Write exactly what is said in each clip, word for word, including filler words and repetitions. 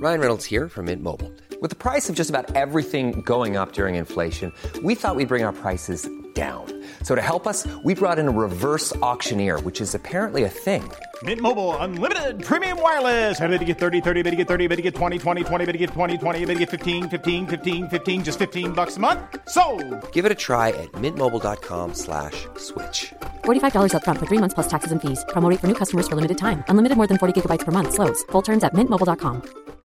Ryan Reynolds here from Mint Mobile. With the price of just about everything going up during inflation, we thought we'd bring our prices down. So to help us, we brought in a reverse auctioneer, which is apparently a thing. Mint Mobile Unlimited Premium Wireless. How to get thirty, thirty, how to get thirty, how to get twenty, twenty, twenty, how to get twenty, twenty, how to get fifteen, fifteen, fifteen, fifteen, just fifteen bucks a month? Sold! Give it a try at mintmobile.com slash switch. forty-five dollars up front for three months plus taxes and fees. Promo rate for new customers for limited time. Unlimited more than forty gigabytes per month. Slows full terms at mint mobile dot com.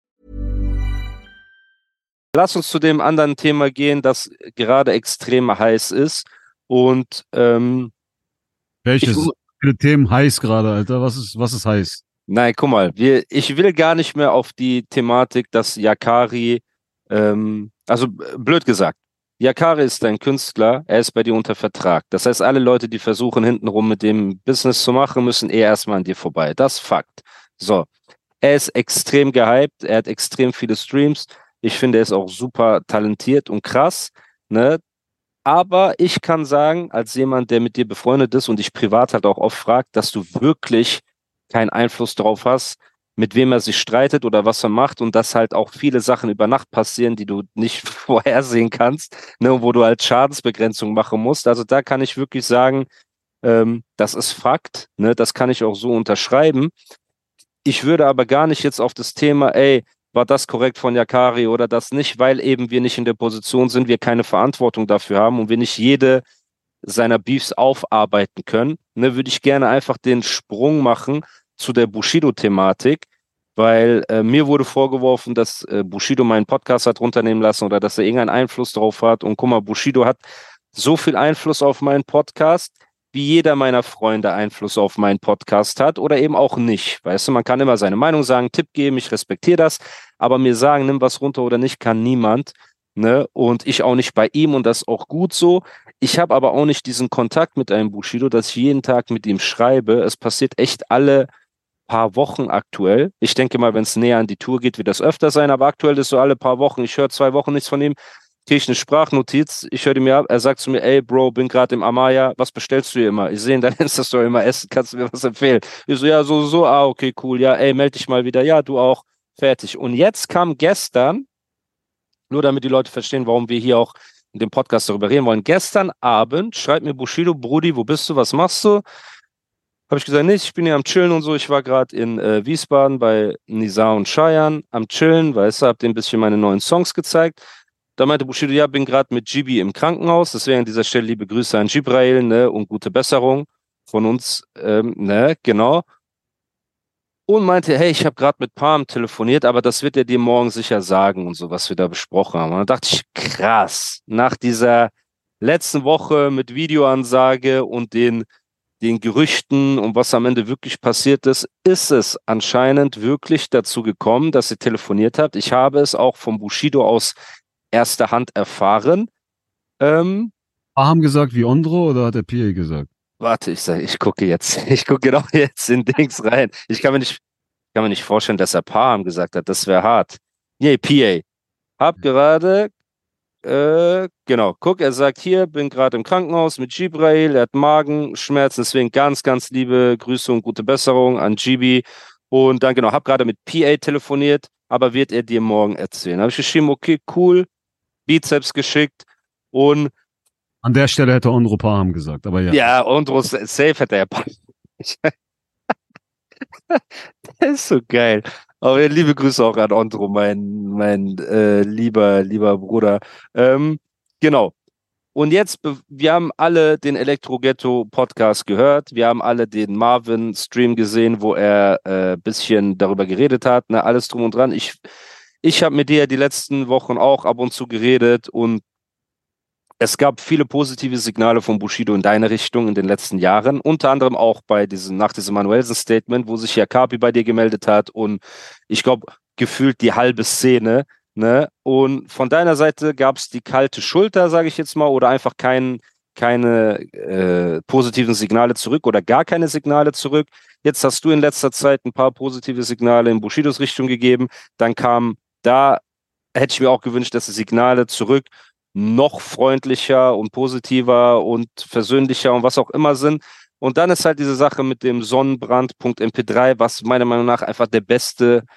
Lass uns zu dem anderen Thema gehen, das gerade extrem heiß ist. Und ähm, welches? Ich, viele Themen heiß gerade, Alter. Was ist, was ist heiß? Nein, guck mal, wir, ich will gar nicht mehr auf die Thematik, dass Yakari, ähm, also blöd gesagt, Yakari ist ein Künstler, er ist bei dir unter Vertrag. Das heißt, alle Leute, die versuchen, hintenrum mit dem Business zu machen, müssen eh erstmal an dir vorbei. Das ist Fakt. So, er ist extrem gehypt, er hat extrem viele Streams. Ich finde, er ist auch super talentiert und krass, ne? Aber ich kann sagen, als jemand, der mit dir befreundet ist und dich privat halt auch oft fragt, dass du wirklich keinen Einfluss darauf hast, mit wem er sich streitet oder was er macht und dass halt auch viele Sachen über Nacht passieren, die du nicht vorhersehen kannst, ne, wo du halt Schadensbegrenzung machen musst. Also da kann ich wirklich sagen, ähm, das ist Fakt, ne, das kann ich auch so unterschreiben. Ich würde aber gar nicht jetzt auf das Thema, ey, war das korrekt von Yakari oder das nicht, weil eben wir nicht in der Position sind, wir keine Verantwortung dafür haben und wir nicht jede seiner Beefs aufarbeiten können, ne, würde ich gerne einfach den Sprung machen zu der Bushido-Thematik, weil äh, mir wurde vorgeworfen, dass äh, Bushido meinen Podcast hat runternehmen lassen oder dass er irgendeinen Einfluss drauf hat. Und guck mal, Bushido hat so viel Einfluss auf meinen Podcast, wie jeder meiner Freunde Einfluss auf meinen Podcast hat oder eben auch nicht. Weißt du, man kann immer seine Meinung sagen, Tipp geben, ich respektiere das, aber mir sagen, nimm was runter oder nicht, kann niemand. Ne? Und ich auch nicht bei ihm und das ist auch gut so. Ich habe aber auch nicht diesen Kontakt mit einem Bushido, dass ich jeden Tag mit ihm schreibe. Es passiert echt alle paar Wochen aktuell. Ich denke mal, wenn es näher an die Tour geht, wird das öfter sein, aber aktuell ist so alle paar Wochen, ich höre zwei Wochen nichts von ihm, kriege ich eine Sprachnotiz, ich höre die mir ab, er sagt zu mir, ey Bro, bin gerade im Amaya, was bestellst du hier immer? Ich sehe in deiner Insta-Story immer essen, kannst du mir was empfehlen? Ich so, ja, so, so, ah, okay, cool, ja, ey, melde dich mal wieder, ja, du auch, fertig. Und jetzt kam gestern, nur damit die Leute verstehen, warum wir hier auch in dem Podcast darüber reden wollen, gestern Abend schreibt mir Bushido, Brudi, wo bist du, was machst du? Habe ich gesagt, nee, ich bin hier am Chillen und so. Ich war gerade in äh, Wiesbaden bei Nizar und Cheyenne am Chillen, weißt du, hab denen ein bisschen meine neuen Songs gezeigt. Da meinte Bushido, ja, bin gerade mit Gibi im Krankenhaus, deswegen an dieser Stelle liebe Grüße an Gibrail, ne, und gute Besserung von uns, ähm, ne, genau. Und meinte, hey, ich habe gerade mit Palm telefoniert, aber das wird er dir morgen sicher sagen und so, was wir da besprochen haben. Und dann dachte ich, krass, nach dieser letzten Woche mit Videoansage und den den Gerüchten und was am Ende wirklich passiert ist, ist es anscheinend wirklich dazu gekommen, dass ihr telefoniert habt. Ich habe es auch vom Bushido aus erster Hand erfahren. Ähm, Haben gesagt wie Ondro oder hat der P A gesagt? Warte, ich sage, ich gucke jetzt, ich gucke genau jetzt in Dings rein. Ich kann mir nicht, kann mir nicht vorstellen, dass er Paham gesagt hat, das wäre hart. Nee, P A. Hab gerade Äh, genau, guck, er sagt hier, bin gerade im Krankenhaus mit Gibrail, er hat Magenschmerzen, deswegen ganz, ganz liebe Grüße und gute Besserung an Gibi. Und dann, genau, hab gerade mit P A telefoniert, aber wird er dir morgen erzählen. Habe ich geschrieben, okay, cool, Bizeps geschickt und an der Stelle hätte Ondro Paham gesagt, aber ja. Ja, Ondro safe hätte er Paham. Das ist so geil. Aber liebe Grüße auch an Ondro, mein, mein äh, lieber, lieber Bruder. Ähm, genau. Und jetzt, wir haben alle den Elektro-Ghetto-Podcast gehört. Wir haben alle den Marvin-Stream gesehen, wo er ein äh, bisschen darüber geredet hat. Ne? Alles drum und dran. Ich, ich habe mit dir die letzten Wochen auch ab und zu geredet und es gab viele positive Signale von Bushido in deine Richtung in den letzten Jahren, unter anderem auch bei diesem, nach diesem Manuelsen-Statement, wo sich Jakabi bei dir gemeldet hat und ich glaube, gefühlt die halbe Szene, ne? Und von deiner Seite gab es die kalte Schulter, sage ich jetzt mal, oder einfach kein, keine äh, positiven Signale zurück oder gar keine Signale zurück. Jetzt hast du in letzter Zeit ein paar positive Signale in Bushidos Richtung gegeben, dann kam da, hätte ich mir auch gewünscht, dass die Signale zurück noch freundlicher und positiver und versöhnlicher und was auch immer sind. Und dann ist halt diese Sache mit dem Sonnenbrand.M P drei, was meiner Meinung nach einfach der beste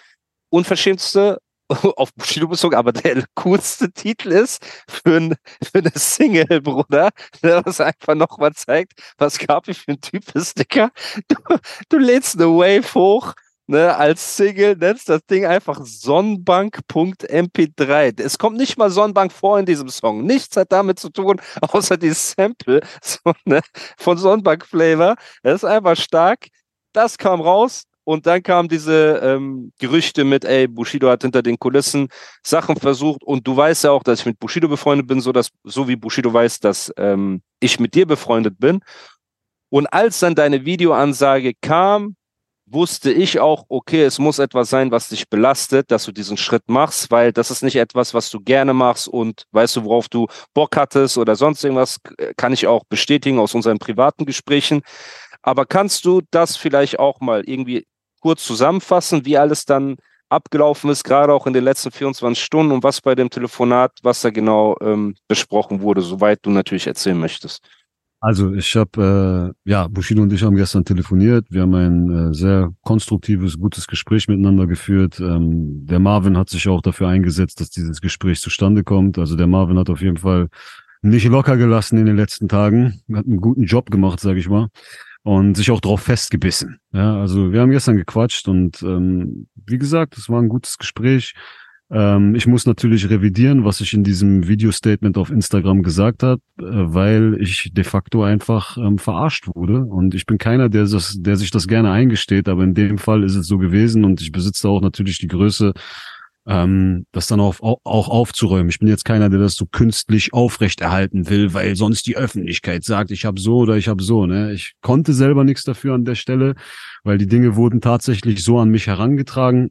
unverschämtste, auf Bushido bezogen, aber der coolste Titel ist für, ein, für eine Single, Bruder, der was einfach nochmal zeigt, was Kapi für ein Typ ist, Dicker. Du, du lädst eine Wave hoch, ne, als Single, nennst das Ding einfach Sonnenbank Punkt M P drei. Es kommt nicht mal Sonnenbank vor in diesem Song. Nichts hat damit zu tun, außer die Sample so, ne, von Sonnenbank Flavor. Das ist einfach stark. Das kam raus. Und dann kamen diese ähm, Gerüchte mit, ey, Bushido hat hinter den Kulissen Sachen versucht. Und du weißt ja auch, dass ich mit Bushido befreundet bin, so, dass, so wie Bushido weiß, dass ähm, ich mit dir befreundet bin. Und als dann deine Videoansage kam, wusste ich auch, okay, es muss etwas sein, was dich belastet, dass du diesen Schritt machst, weil das ist nicht etwas, was du gerne machst und weißt du, worauf du Bock hattest oder sonst irgendwas, kann ich auch bestätigen aus unseren privaten Gesprächen. Aber kannst du das vielleicht auch mal irgendwie kurz zusammenfassen, wie alles dann abgelaufen ist, gerade auch in den letzten vierundzwanzig Stunden und was bei dem Telefonat, was da genau ähm, besprochen wurde, soweit du natürlich erzählen möchtest? Also ich habe, äh, ja, Bushido und ich haben gestern telefoniert. Wir haben ein äh, sehr konstruktives, gutes Gespräch miteinander geführt. Ähm, der Marvin hat sich auch dafür eingesetzt, dass dieses Gespräch zustande kommt. Also der Marvin hat auf jeden Fall nicht locker gelassen in den letzten Tagen, hat einen guten Job gemacht, sage ich mal. Und sich auch drauf festgebissen. Ja, also wir haben gestern gequatscht und ähm, wie gesagt, es war ein gutes Gespräch. Ähm, ich muss natürlich revidieren, was ich in diesem Video-Statement auf Instagram gesagt habe, äh, weil ich de facto einfach ähm, verarscht wurde. Und ich bin keiner, der, das, der sich das gerne eingesteht, aber in dem Fall ist es so gewesen und ich besitze auch natürlich die Größe, ähm, das dann auch, auch, auch aufzuräumen. Ich bin jetzt keiner, der das so künstlich aufrechterhalten will, weil sonst die Öffentlichkeit sagt, ich habe so oder ich habe so. Ne? Ich konnte selber nichts dafür an der Stelle, weil die Dinge wurden tatsächlich so an mich herangetragen.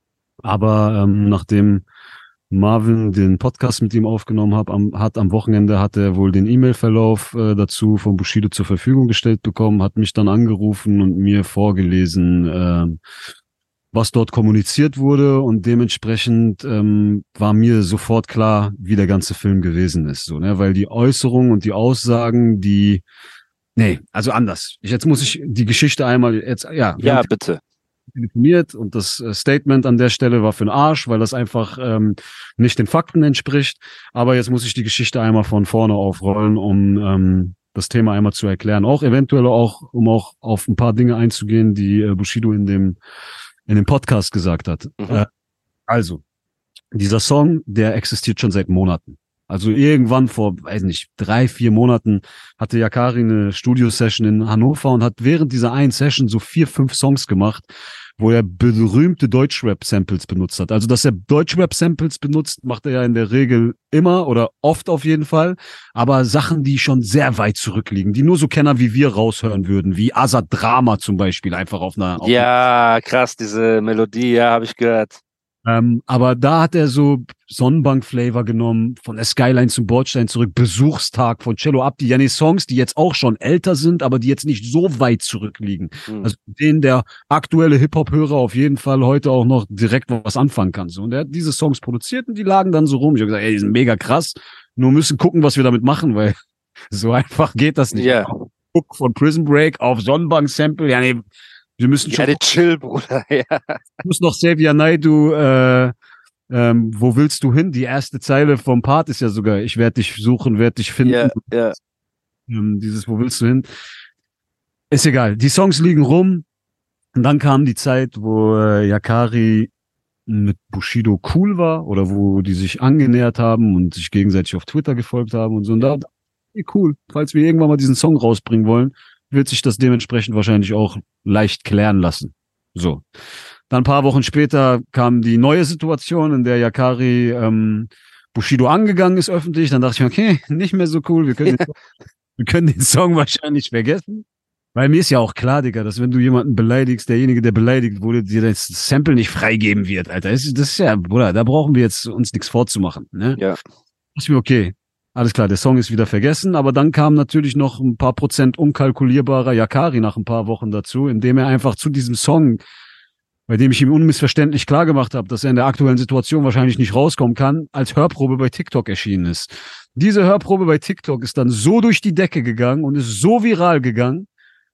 Aber ähm, nachdem Marvin den Podcast mit ihm aufgenommen hat, am, hat am Wochenende hat er wohl den E-Mail-Verlauf äh, dazu von Bushido zur Verfügung gestellt bekommen, hat mich dann angerufen und mir vorgelesen, äh, was dort kommuniziert wurde und dementsprechend ähm, war mir sofort klar, wie der ganze Film gewesen ist, so, ne, weil die Äußerungen und die Aussagen, die, nee, also anders. Ich, jetzt muss ich die Geschichte einmal, jetzt, ja. Ja, bitte. Telefoniert und das äh, Statement an der Stelle war für den Arsch, weil das einfach ähm, nicht den Fakten entspricht, aber jetzt muss ich die Geschichte einmal von vorne aufrollen, um ähm, das Thema einmal zu erklären, auch eventuell auch, um auch auf ein paar Dinge einzugehen, die äh, Bushido in dem in dem Podcast gesagt hat. Mhm. Äh, also, dieser Song, der existiert schon seit Monaten. Also irgendwann vor, weiß nicht, drei, vier Monaten hatte Yakari eine Studio-Session in Hannover und hat während dieser einen Session so vier, fünf Songs gemacht, wo er berühmte Deutschrap-Samples benutzt hat. Also, dass er Deutschrap-Samples benutzt, macht er ja in der Regel immer oder oft auf jeden Fall. Aber Sachen, die schon sehr weit zurückliegen, die nur so Kenner wie wir raushören würden, wie Azad Drama zum Beispiel, einfach auf einer... Auf ja, krass, diese Melodie, ja, habe ich gehört. Ähm, aber da hat er so Sonnenbank-Flavor genommen, von der Skyline zum Bordstein zurück, Besuchstag von Cello Abdi, ja, nee, Songs, die jetzt auch schon älter sind, aber die jetzt nicht so weit zurückliegen. Mhm. Also denen der aktuelle Hip-Hop-Hörer auf jeden Fall heute auch noch direkt was anfangen kann. So. Und er hat diese Songs produziert und die lagen dann so rum. Ich habe gesagt, ey, die sind mega krass, nur müssen gucken, was wir damit machen, weil so einfach geht das nicht. Ja. Guck von Prison Break auf Sonnenbank-Sample, ja, nee, wir müssen schon... Ja, chill, Bruder, ja. Ich muss noch Xavier Naidoo, äh, ähm, wo willst du hin? Die erste Zeile vom Part ist ja sogar, ich werde dich suchen, werde dich finden. Ja, ja. Ähm, dieses, wo willst du hin? Ist egal. Die Songs liegen rum. Und dann kam die Zeit, wo äh, Yakari mit Bushido cool war oder wo die sich angenähert haben und sich gegenseitig auf Twitter gefolgt haben und so. Und da, hey, cool, falls wir irgendwann mal diesen Song rausbringen wollen, wird sich das dementsprechend wahrscheinlich auch leicht klären lassen. So. Dann ein paar Wochen später kam die neue Situation, in der Yakari ähm, Bushido angegangen ist öffentlich. Dann dachte ich mir, okay, nicht mehr so cool. Wir können, den, wir können den Song wahrscheinlich vergessen. Weil mir ist ja auch klar, Digga, dass wenn du jemanden beleidigst, derjenige, der beleidigt wurde, dir das Sample nicht freigeben wird, Alter. Das ist, das ist ja, Bruder, da brauchen wir jetzt uns nichts vorzumachen. Ne? Ja. Da dachte ich mir, okay. Alles klar, der Song ist wieder vergessen, aber dann kam natürlich noch ein paar Prozent unkalkulierbarer Yakari nach ein paar Wochen dazu, indem er einfach zu diesem Song, bei dem ich ihm unmissverständlich klar gemacht habe, dass er in der aktuellen Situation wahrscheinlich nicht rauskommen kann, als Hörprobe bei TikTok erschienen ist. Diese Hörprobe bei TikTok ist dann so durch die Decke gegangen und ist so viral gegangen,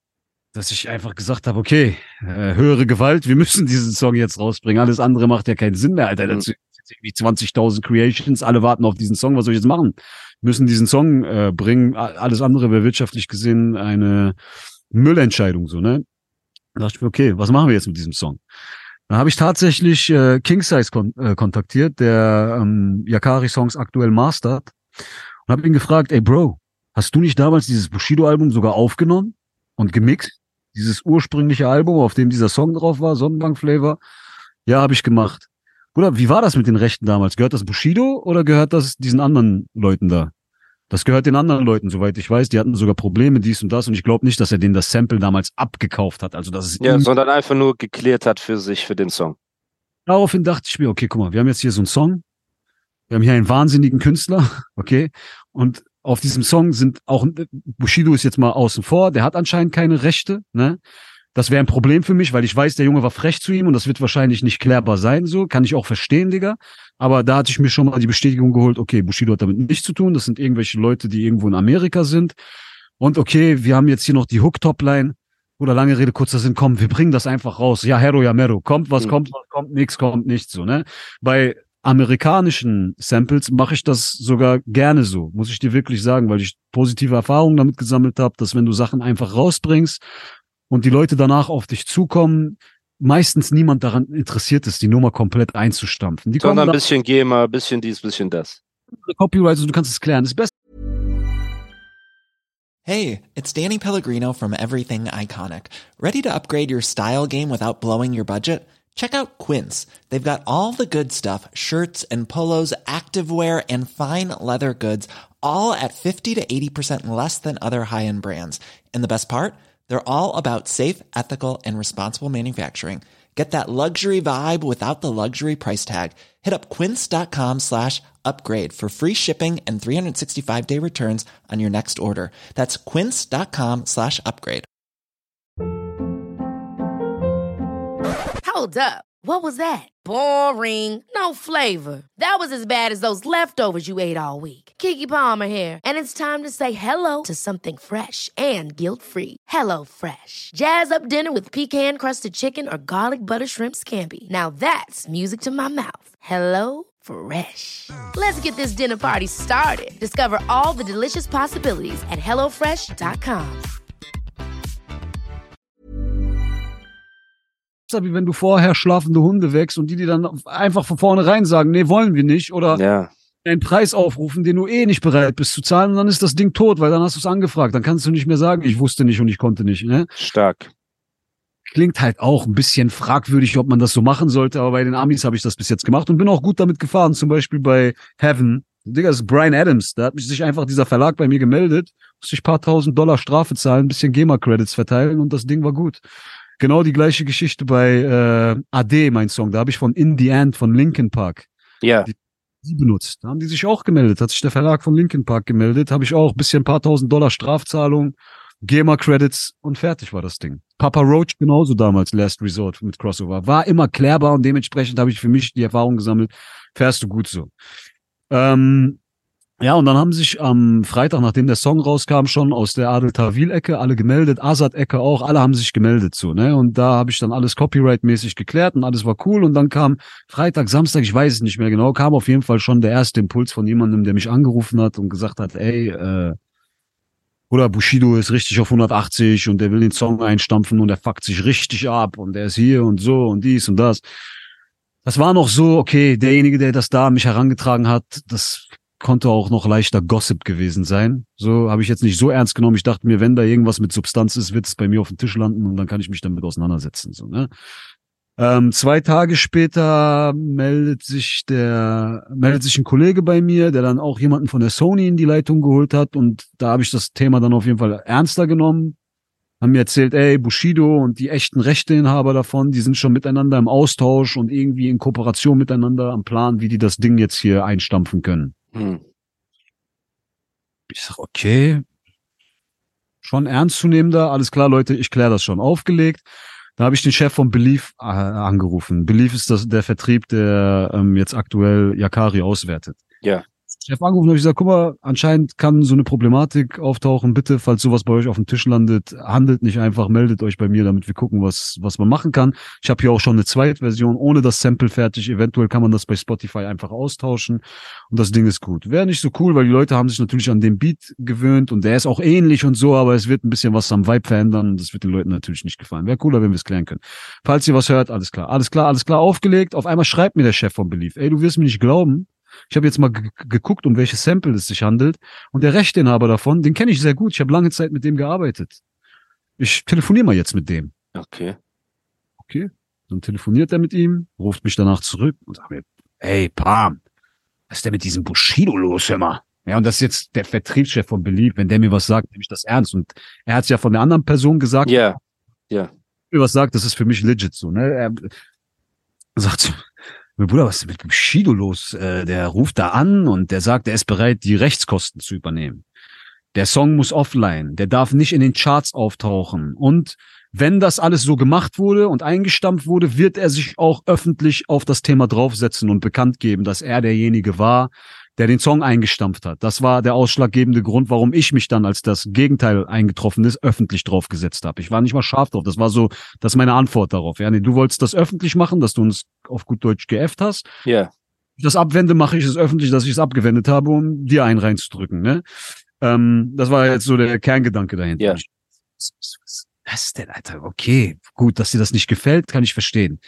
dass ich einfach gesagt habe, okay, äh, höhere Gewalt, wir müssen diesen Song jetzt rausbringen. Alles andere macht ja keinen Sinn mehr, Alter. Mhm. Dazu irgendwie zwanzigtausend Creations, alle warten auf diesen Song, was soll ich jetzt machen? Wir müssen diesen Song äh, bringen. Alles andere wäre wirtschaftlich gesehen eine Müllentscheidung, so, ne? Da dachte ich mir, okay, was machen wir jetzt mit diesem Song? Dann habe ich tatsächlich äh, King Size kon äh, kontaktiert, der ähm, Yakari-Songs aktuell mastert, und habe ihn gefragt, ey Bro, hast du nicht damals dieses Bushido-Album sogar aufgenommen und gemixt? Dieses ursprüngliche Album, auf dem dieser Song drauf war, Sonnenbank-Flavor? Ja, habe ich gemacht. Bruder, wie war das mit den Rechten damals? Gehört das Bushido oder gehört das diesen anderen Leuten da? Das gehört den anderen Leuten, soweit ich weiß. Die hatten sogar Probleme, dies und das. Und ich glaube nicht, dass er denen das Sample damals abgekauft hat. Also, das ist Ja, sondern einfach nur geklärt hat für sich, für den Song. Daraufhin dachte ich mir, okay, guck mal, wir haben jetzt hier so einen Song. Wir haben hier einen wahnsinnigen Künstler, okay? Und auf diesem Song sind auch, Bushido ist jetzt mal außen vor, der hat anscheinend keine Rechte, ne? Das wäre ein Problem für mich, weil ich weiß, der Junge war frech zu ihm und das wird wahrscheinlich nicht klärbar sein, so. Kann ich auch verstehen, Digga. Aber da hatte ich mir schon mal die Bestätigung geholt, okay, Bushido hat damit nichts zu tun. Das sind irgendwelche Leute, die irgendwo in Amerika sind. Und okay, wir haben jetzt hier noch die Hook-Top-Line. Oder lange Rede, kurzer Sinn, komm, wir bringen das einfach raus. Ja, Hero, ja, Mero. Kommt, was Mhm. kommt, was kommt, nix kommt, nichts, so, ne? Bei amerikanischen Samples mache ich das sogar gerne so, muss ich dir wirklich sagen, weil ich positive Erfahrungen damit gesammelt habe, dass wenn du Sachen einfach rausbringst und die Leute danach auf dich zukommen, meistens niemand daran interessiert ist, die Nummer komplett einzustampfen. Die Sondern ein kommen bisschen GEMA, ein bisschen dies, ein bisschen das. da, Copyright, also du kannst es klären. Das Beste. Hey, it's Danny Pellegrino from Everything Iconic. Ready to upgrade your style game without blowing your budget? Check out Quince. They've got all the good stuff, shirts and polos, activewear, and fine leather goods, all at fifty to eighty percent less than other high-end brands. And the best part? They're all about safe, ethical, and responsible manufacturing. Get that luxury vibe without the luxury price tag. Hit up quince.com slash upgrade for free shipping and three sixty-five day returns on your next order. That's quince.com slash upgrade. Hold up. What was that? Boring. No flavor. That was as bad as those leftovers you ate all week. Keke Palmer here. And it's time to say hello to something fresh and guilt-free. Hello Fresh. Jazz up dinner with pecan-crusted chicken or garlic butter shrimp scampi. Now that's music to my mouth. Hello Fresh. Let's get this dinner party started. Discover all the delicious possibilities at hello fresh dot com. Wie wenn du vorher schlafende Hunde wächst und die dir dann einfach von vornherein sagen, nee, wollen wir nicht, oder Ja. einen Preis aufrufen, den du eh nicht bereit bist zu zahlen, und dann ist das Ding tot, weil dann hast du es angefragt. Dann kannst du nicht mehr sagen, ich wusste nicht und ich konnte nicht, ne? Stark. Klingt halt auch ein bisschen fragwürdig, ob man das so machen sollte, aber bei den Amis habe ich das bis jetzt gemacht und bin auch gut damit gefahren. Zum Beispiel bei Heaven. Digga, das ist Brian Adams. Da hat mich sich einfach dieser Verlag bei mir gemeldet, musste ich ein paar tausend Dollar Strafe zahlen, ein bisschen GEMA-Credits verteilen und das Ding war gut. Genau die gleiche Geschichte bei äh, A D, mein Song. Da habe ich von In the End von Linkin Park Ja. die benutzt. Da haben die sich auch gemeldet. Hat sich der Verlag von Linkin Park gemeldet. Habe ich auch ein bisschen, ein paar tausend Dollar Strafzahlung, GEMA-Credits und fertig war das Ding. Papa Roach genauso damals, Last Resort mit Crossover. War immer klärbar und dementsprechend habe ich für mich die Erfahrung gesammelt, fährst du gut so. Ähm, ja, und dann haben sich am Freitag, nachdem der Song rauskam, schon aus der Adel Tawil-Ecke alle gemeldet, Azad-Ecke auch, alle haben sich gemeldet so, ne? Und da habe ich dann alles Copyright-mäßig geklärt und alles war cool. Und dann kam Freitag, Samstag, ich weiß es nicht mehr genau, kam auf jeden Fall schon der erste Impuls von jemandem, der mich angerufen hat und gesagt hat, ey, äh, Bruder, Bushido ist richtig auf hundertachtzig und der will den Song einstampfen und er fuckt sich richtig ab und der ist hier und so und dies und das. Das war noch so, okay, derjenige, der das da an mich herangetragen hat, das konnte auch noch leichter Gossip gewesen sein. So habe ich jetzt nicht so ernst genommen. Ich dachte mir, wenn da irgendwas mit Substanz ist, wird es bei mir auf dem Tisch landen und dann kann ich mich damit auseinandersetzen. So, ne? Ähm, zwei Tage später meldet sich der, meldet sich ein Kollege bei mir, der dann auch jemanden von der Sony in die Leitung geholt hat und da habe ich das Thema dann auf jeden Fall ernster genommen. Haben mir erzählt, ey, Bushido und die echten Rechteinhaber davon, die sind schon miteinander im Austausch und irgendwie in Kooperation miteinander am Plan, wie die das Ding jetzt hier einstampfen können. Hm. Ich sag, okay, schon ernstzunehmender, alles klar, Leute, ich kläre das schon. Aufgelegt. Da habe ich den Chef von Belief äh, angerufen. Belief ist das der Vertrieb, der ähm, jetzt aktuell Yakari auswertet. Ja. Chef angerufen und habe ich gesagt, guck mal, anscheinend kann so eine Problematik auftauchen. Bitte, falls sowas bei euch auf dem Tisch landet, handelt nicht einfach, meldet euch bei mir, damit wir gucken, was was man machen kann. Ich habe hier auch schon eine Zweitversion ohne das Sample fertig. Eventuell kann man das bei Spotify einfach austauschen und das Ding ist gut. Wäre nicht so cool, weil die Leute haben sich natürlich an den Beat gewöhnt und der ist auch ähnlich und so, aber es wird ein bisschen was am Vibe verändern und das wird den Leuten natürlich nicht gefallen. Wäre cooler, wenn wir es klären können. Falls ihr was hört, alles klar, alles klar, alles klar, aufgelegt. Auf einmal schreibt mir der Chef von Belief, ey, du wirst mir nicht glauben. Ich habe jetzt mal ge- geguckt, um welche Sample es sich handelt. Und der Rechteinhaber davon, den kenne ich sehr gut. Ich habe lange Zeit mit dem gearbeitet. Ich telefoniere mal jetzt mit dem. Okay. Okay. Dann telefoniert er mit ihm, ruft mich danach zurück und sagt mir, ey, Pam, was ist denn mit diesem Bushido los, hör mal? Ja, und das ist jetzt der Vertriebschef von Belief. Wenn der mir was sagt, nehme ich das ernst. Und er hat es ja von der anderen Person gesagt. Ja, ja. Mir was sagt, das ist für mich legit so, ne? Er sagt so, mein Bruder, was ist mit Bushido los? Äh, der ruft da an und der sagt, er ist bereit, die Rechtskosten zu übernehmen. Der Song muss offline, der darf nicht in den Charts auftauchen. Und wenn das alles so gemacht wurde und eingestampft wurde, wird er sich auch öffentlich auf das Thema draufsetzen und bekannt geben, dass er derjenige war, der den Song eingestampft hat. Das war der ausschlaggebende Grund, warum ich mich dann, als das Gegenteil eingetroffen ist, öffentlich draufgesetzt habe. Ich war nicht mal scharf drauf. Das war so, das ist meine Antwort darauf. Ja, nee, du wolltest das öffentlich machen, dass du uns auf gut Deutsch geäfft hast. Ja. Yeah. Das abwende, mache ich es öffentlich, dass ich es abgewendet habe, um dir einen reinzudrücken. Ne? Ähm, das war jetzt so der Kerngedanke dahinter. Ja. Yeah. Was, was, was, was denn, Alter? Okay, gut, dass dir das nicht gefällt, kann ich verstehen.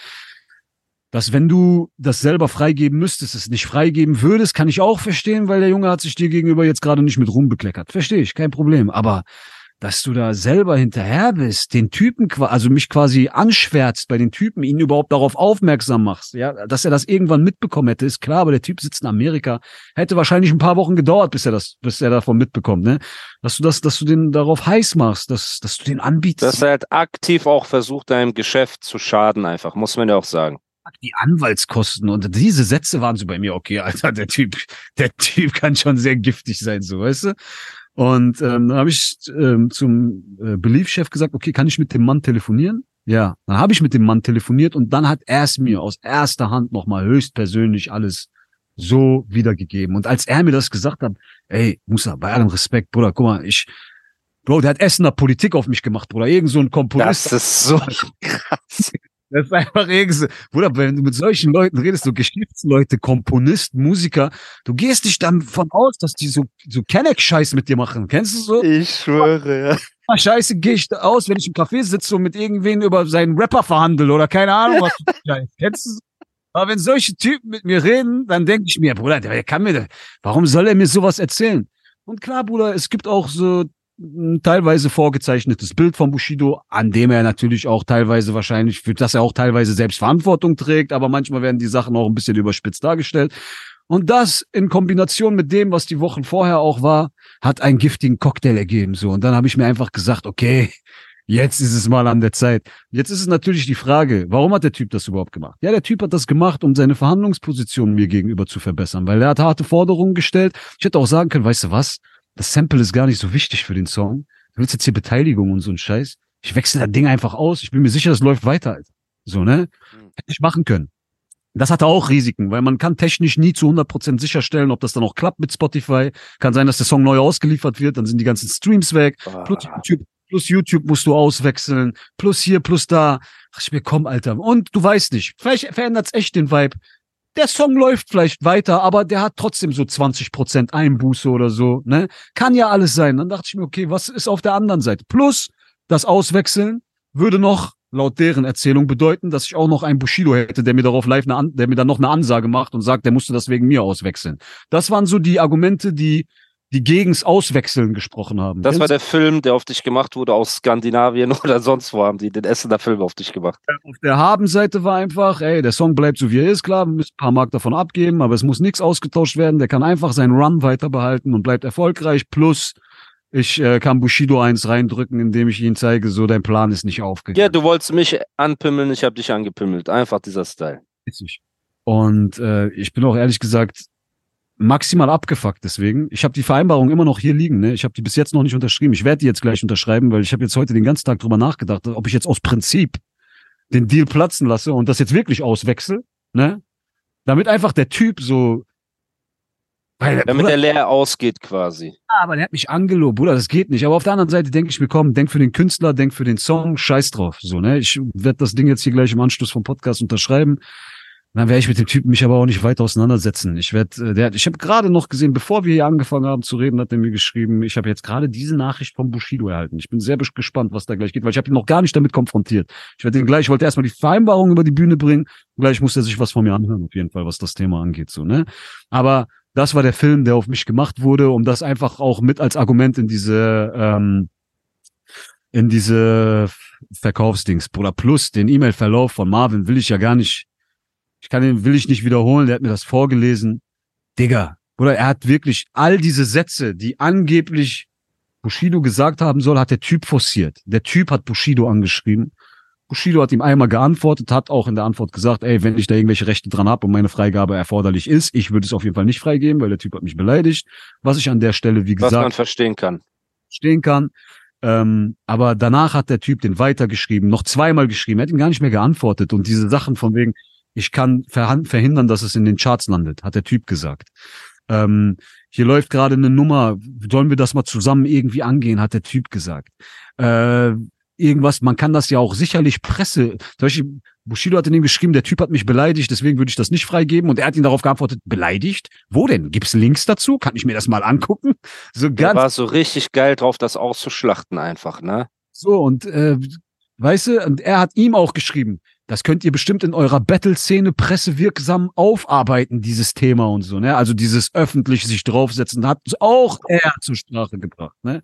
Dass wenn du das selber freigeben müsstest, es nicht freigeben würdest, kann ich auch verstehen, weil der Junge hat sich dir gegenüber jetzt gerade nicht mit Ruhm bekleckert. Verstehe ich, kein Problem. Aber dass du da selber hinterher bist, den Typen, also mich quasi anschwärzt bei den Typen, ihn überhaupt darauf aufmerksam machst, ja, dass er das irgendwann mitbekommen hätte, ist klar, aber der Typ sitzt in Amerika, hätte wahrscheinlich ein paar Wochen gedauert, bis er das, bis er davon mitbekommt, ne? Dass du das, dass du den darauf heiß machst, dass, dass du den anbietest. Dass er halt aktiv auch versucht, deinem Geschäft zu schaden einfach, muss man ja auch sagen. Die Anwaltskosten und diese Sätze waren so bei mir, okay, Alter, der Typ, der Typ kann schon sehr giftig sein, so, weißt du? Und ähm, dann habe ich ähm, zum äh, Belief-Chef gesagt, okay, kann ich mit dem Mann telefonieren? Ja, dann habe ich mit dem Mann telefoniert und dann hat er es mir aus erster Hand nochmal höchstpersönlich alles so wiedergegeben. Und als er mir das gesagt hat, ey, Musa, bei allem Respekt, Bruder, guck mal, ich, Bro, der hat Essener Politik auf mich gemacht, Bruder, irgend so ein Komponist. Das ist so krass. Das ist einfach irgend so, Bruder, wenn du mit solchen Leuten redest, so Geschäftsleute, Komponist, Musiker, du gehst dich dann von aus, dass die so, so Kenneck-Scheiß mit dir machen. Kennst du so? Ich schwöre, ja. Scheiße, gehe ich da aus, wenn ich im Café sitze und mit irgendwen über seinen Rapper verhandle oder keine Ahnung was. Kennst du so? Aber wenn solche Typen mit mir reden, dann denke ich mir, Bruder, der kann mir, warum soll er mir sowas erzählen? Und klar, Bruder, es gibt auch so ein teilweise vorgezeichnetes Bild von Bushido, an dem er natürlich auch teilweise wahrscheinlich, für das er auch teilweise selbst Verantwortung trägt, aber manchmal werden die Sachen auch ein bisschen überspitzt dargestellt. Und das in Kombination mit dem, was die Wochen vorher auch war, hat einen giftigen Cocktail ergeben. So. Und dann habe ich mir einfach gesagt, okay, jetzt ist es mal an der Zeit. Jetzt ist es natürlich die Frage, warum hat der Typ das überhaupt gemacht? Ja, der Typ hat das gemacht, um seine Verhandlungsposition mir gegenüber zu verbessern, weil er hat harte Forderungen gestellt. Ich hätte auch sagen können, weißt du was? Das Sample ist gar nicht so wichtig für den Song. Du willst jetzt hier Beteiligung und so ein Scheiß. Ich wechsle das Ding einfach aus. Ich bin mir sicher, das läuft weiter. So, ne? Hätte ich machen können. Das hatte auch Risiken, weil man kann technisch nie zu hundert Prozent sicherstellen, ob das dann auch klappt mit Spotify. Kann sein, dass der Song neu ausgeliefert wird, dann sind die ganzen Streams weg. Ah. Plus YouTube, plus YouTube musst du auswechseln. Plus hier, plus da. Ach, ich mir, komm, Alter. Und du weißt nicht, vielleicht verändert's echt den Vibe. Der Song läuft vielleicht weiter, aber der hat trotzdem so zwanzig Prozent Einbuße oder so, ne? Kann ja alles sein. Dann dachte ich mir, okay, was ist auf der anderen Seite? Plus, das Auswechseln würde noch, laut deren Erzählung, bedeuten, dass ich auch noch einen Bushido hätte, der mir darauf live eine, An- der mir dann noch eine Ansage macht und sagt, der musste das wegen mir auswechseln. Das waren so die Argumente, die, die gegens Auswechseln gesprochen haben. Das Kennst war der Film, der auf dich gemacht wurde aus Skandinavien oder sonst wo haben die den Essener Film auf dich gemacht. Auf der Habenseite war einfach, ey, der Song bleibt so wie er ist, klar, wir müssen ein paar Mark davon abgeben, aber es muss nichts ausgetauscht werden, der kann einfach seinen Run weiter behalten und bleibt erfolgreich, plus ich äh, kann Bushido eins reindrücken, indem ich ihm zeige, so, dein Plan ist nicht aufgegangen. Ja, du wolltest mich anpimmeln, ich habe dich angepimmelt. Einfach dieser Style. Und äh, ich bin auch ehrlich gesagt maximal abgefuckt deswegen. Ich habe die Vereinbarung immer noch hier liegen, ne? Ich habe die bis jetzt noch nicht unterschrieben. Ich werde die jetzt gleich unterschreiben, weil ich habe jetzt heute den ganzen Tag drüber nachgedacht, ob ich jetzt aus Prinzip den Deal platzen lasse und das jetzt wirklich auswechsel, ne? Damit einfach der Typ so Weil, Damit der leer ausgeht quasi. aber der hat mich angelobt, Bruder, das geht nicht. Aber auf der anderen Seite denke ich mir, komm, denk für den Künstler, denk für den Song, scheiß drauf. So, ne? Ich werde das Ding jetzt hier gleich im Anschluss vom Podcast unterschreiben. Dann werde ich mit dem Typen mich aber auch nicht weiter auseinandersetzen. Ich werde, der, ich habe gerade noch gesehen, bevor wir hier angefangen haben zu reden, hat er mir geschrieben, ich habe jetzt gerade diese Nachricht vom Bushido erhalten. Ich bin sehr gespannt, was da gleich geht, weil ich habe ihn noch gar nicht damit konfrontiert. Ich werde ihn gleich, ich wollte erstmal die Vereinbarung über die Bühne bringen. Gleich muss er sich was von mir anhören, auf jeden Fall, was das Thema angeht, so, ne? Aber das war der Film, der auf mich gemacht wurde, um das einfach auch mit als Argument in diese, ähm, in diese Verkaufsdings, Bruder. Plus den E-Mail-Verlauf von Marvin will ich ja gar nicht, ich kann den, will ich nicht wiederholen, der hat mir das vorgelesen. Digga, Bruder, er hat wirklich all diese Sätze, die angeblich Bushido gesagt haben soll, hat der Typ forciert. Der Typ hat Bushido angeschrieben. Bushido hat ihm einmal geantwortet, hat auch in der Antwort gesagt, ey, wenn ich da irgendwelche Rechte dran habe und meine Freigabe erforderlich ist, ich würde es auf jeden Fall nicht freigeben, weil der Typ hat mich beleidigt. Was ich an der Stelle, wie gesagt, was man verstehen kann. Verstehen kann. Ähm, aber danach hat der Typ den weitergeschrieben, noch zweimal geschrieben. Er hat ihm gar nicht mehr geantwortet. Und diese Sachen von wegen, ich kann verhindern, dass es in den Charts landet, hat der Typ gesagt. Ähm, hier läuft gerade eine Nummer, sollen wir das mal zusammen irgendwie angehen, hat der Typ gesagt. Äh, irgendwas, man kann das ja auch sicherlich Presse, zum Beispiel Bushido hat in ihm geschrieben, der Typ hat mich beleidigt, deswegen würde ich das nicht freigeben, und er hat ihn darauf geantwortet, beleidigt? Wo denn? Gibt's Links dazu? Kann ich mir das mal angucken? So ganz. Der war so richtig geil drauf, das auszuschlachten einfach, ne? So, und äh, weißt du, und er hat ihm auch geschrieben, das könnt ihr bestimmt in eurer Battle-Szene pressewirksam aufarbeiten, dieses Thema und so, ne? Also dieses öffentlich sich draufsetzen, hat auch er zur Sprache gebracht, ne?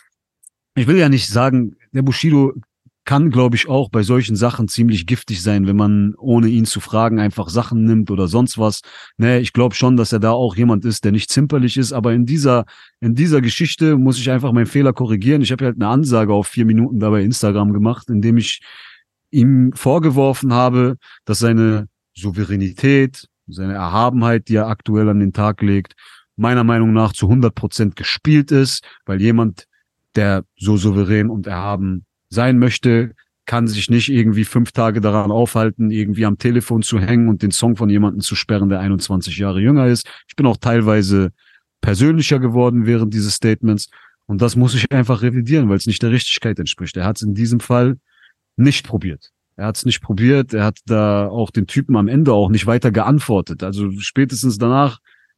Ich will ja nicht sagen, der Bushido kann, glaube ich, auch bei solchen Sachen ziemlich giftig sein, wenn man ohne ihn zu fragen einfach Sachen nimmt oder sonst was. Ne, ich glaube schon, dass er da auch jemand ist, der nicht zimperlich ist, aber in dieser in dieser Geschichte muss ich einfach meinen Fehler korrigieren. Ich habe halt eine Ansage auf vier Minuten da bei Instagram gemacht, indem ich ihm vorgeworfen habe, dass seine Souveränität, seine Erhabenheit, die er aktuell an den Tag legt, meiner Meinung nach zu hundert Prozent gespielt ist, weil jemand, der so souverän und erhaben sein möchte, kann sich nicht irgendwie fünf Tage daran aufhalten, irgendwie am Telefon zu hängen und den Song von jemandem zu sperren, der einundzwanzig Jahre jünger ist. Ich bin auch teilweise persönlicher geworden während dieses Statements, und das muss ich einfach revidieren, weil es nicht der Richtigkeit entspricht. Er hat es in diesem Fall nicht probiert. Er hat es nicht probiert, er hat da auch den Typen am Ende auch nicht weiter geantwortet. Also spätestens danach,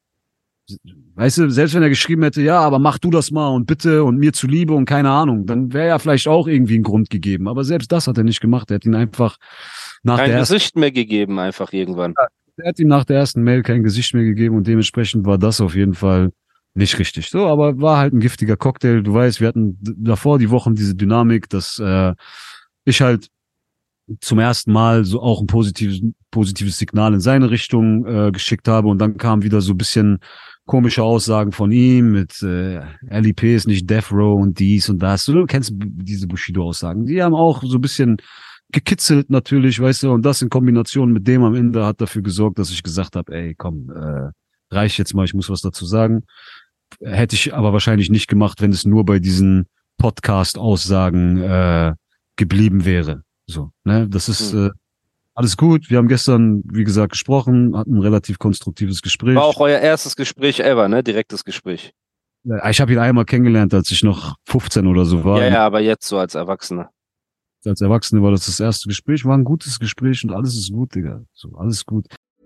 weißt du, selbst wenn er geschrieben hätte, ja, aber mach du das mal und bitte und mir zuliebe und keine Ahnung, dann wäre ja vielleicht auch irgendwie ein Grund gegeben. Aber selbst das hat er nicht gemacht. Er hat ihn einfach nach kein der Gesicht ersten, mehr gegeben, einfach irgendwann. er hat ihm nach der ersten Mail kein Gesicht mehr gegeben, und dementsprechend war das auf jeden Fall nicht richtig. So, aber war halt ein giftiger Cocktail. Du weißt, wir hatten davor die Wochen diese Dynamik, dass äh, ich halt zum ersten Mal so auch ein positives positives Signal in seine Richtung äh, geschickt habe, und dann kam wieder so ein bisschen komische Aussagen von ihm mit äh, L I P ist nicht Death Row und dies und das. Du kennst diese Bushido-Aussagen. Die haben auch so ein bisschen gekitzelt natürlich, weißt du, und das in Kombination mit dem am Ende hat dafür gesorgt, dass ich gesagt habe, ey, komm, äh, reicht jetzt mal, ich muss was dazu sagen. Hätte ich aber wahrscheinlich nicht gemacht, wenn es nur bei diesen Podcast-Aussagen äh, geblieben wäre. So, ne, das ist äh, alles gut. Wir haben gestern, wie gesagt, gesprochen, hatten ein relativ konstruktives Gespräch. War auch euer erstes Gespräch ever, ne? Direktes Gespräch. Ja, ich habe ihn einmal kennengelernt, als ich noch fünfzehn oder so war. Ja, ja, aber jetzt so als Erwachsener. Als Erwachsene war das das erste Gespräch, war ein gutes Gespräch und alles ist gut, Digga. So, alles gut.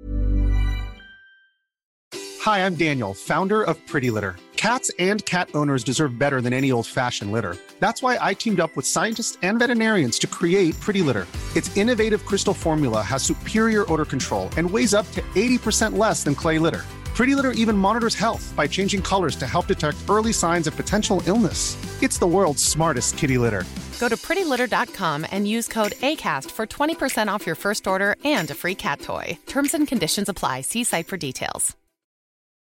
Hi, I'm Daniel, founder of Pretty Litter. Cats and cat owners deserve better than any old-fashioned litter. That's why I teamed up with scientists and veterinarians to create Pretty Litter. Its innovative crystal formula has superior odor control and weighs up to eighty percent less than clay litter. Pretty Litter even monitors health by changing colors to help detect early signs of potential illness. It's the world's smartest kitty litter. Go to pretty litter dot com and use code ACAST for twenty percent off your first order and a free cat toy. Terms and conditions apply. See site for details.